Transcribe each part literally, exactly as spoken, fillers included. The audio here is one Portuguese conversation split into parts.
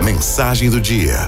Mensagem do dia.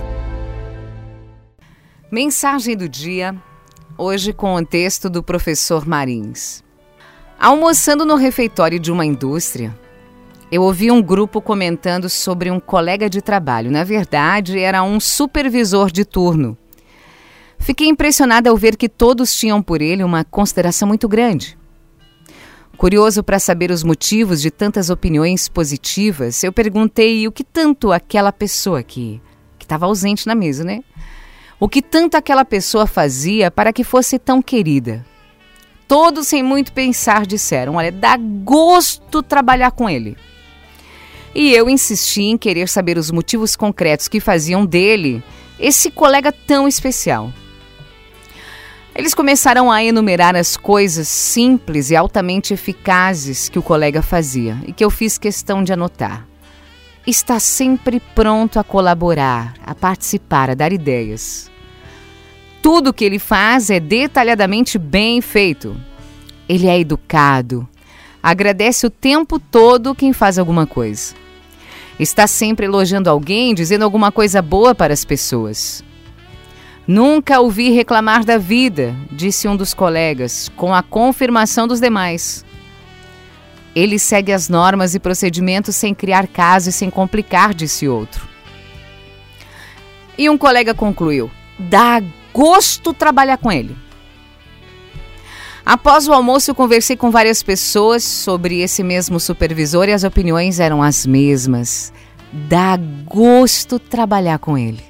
Mensagem do dia, hoje com o texto do professor Marins. Almoçando no refeitório de uma indústria, eu ouvi um grupo comentando sobre um colega de trabalho. Na verdade, era um supervisor de turno. Fiquei impressionada ao ver que todos tinham por ele uma consideração muito grande. Curioso para saber os motivos de tantas opiniões positivas, eu perguntei o que tanto aquela pessoa que estava ausente na mesa, né? O que tanto aquela pessoa fazia para que fosse tão querida. Todos, sem muito pensar, disseram: olha, dá gosto trabalhar com ele. E eu insisti em querer saber os motivos concretos que faziam dele esse colega tão especial. Eles começaram a enumerar as coisas simples e altamente eficazes que o colega fazia e que eu fiz questão de anotar. Está sempre pronto a colaborar, a participar, a dar ideias. Tudo o que ele faz é detalhadamente bem feito. Ele é educado, agradece o tempo todo quem faz alguma coisa. Está sempre elogiando alguém, dizendo alguma coisa boa para as pessoas. Nunca ouvi reclamar da vida, disse um dos colegas, com a confirmação dos demais. Ele segue as normas e procedimentos sem criar caso e sem complicar, disse outro. E um colega concluiu: dá gosto trabalhar com ele. Após o almoço, eu conversei com várias pessoas sobre esse mesmo supervisor e as opiniões eram as mesmas. Dá gosto trabalhar com ele.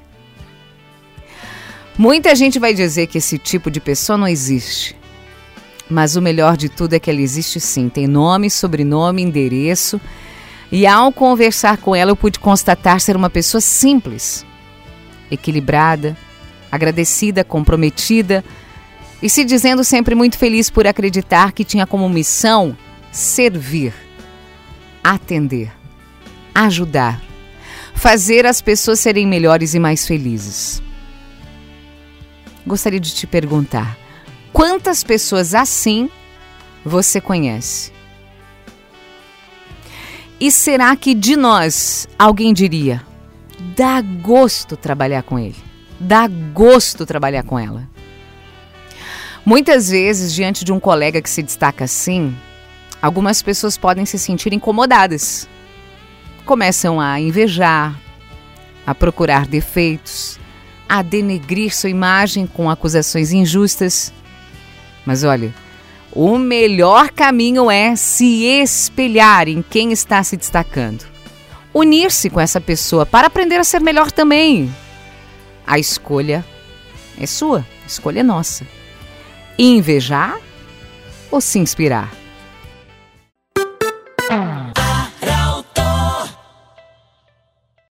Muita gente vai dizer que esse tipo de pessoa não existe. Mas o melhor de tudo é que ela existe sim. Tem nome, sobrenome, endereço. E ao conversar com ela, eu pude constatar ser uma pessoa simples, equilibrada, agradecida, comprometida e se dizendo sempre muito feliz por acreditar que tinha como missão servir, atender, ajudar, fazer as pessoas serem melhores e mais felizes. Gostaria de te perguntar, quantas pessoas assim você conhece? E será que de nós alguém diria: dá gosto trabalhar com ele, dá gosto trabalhar com ela? Muitas vezes, diante de um colega que se destaca assim, algumas pessoas podem se sentir incomodadas. Começam a invejar, a procurar defeitos, a denegrir sua imagem com acusações injustas. Mas olha, o melhor caminho é se espelhar em quem está se destacando. Unir-se com essa pessoa para aprender a ser melhor também. A escolha é sua, a escolha é nossa. Invejar ou se inspirar?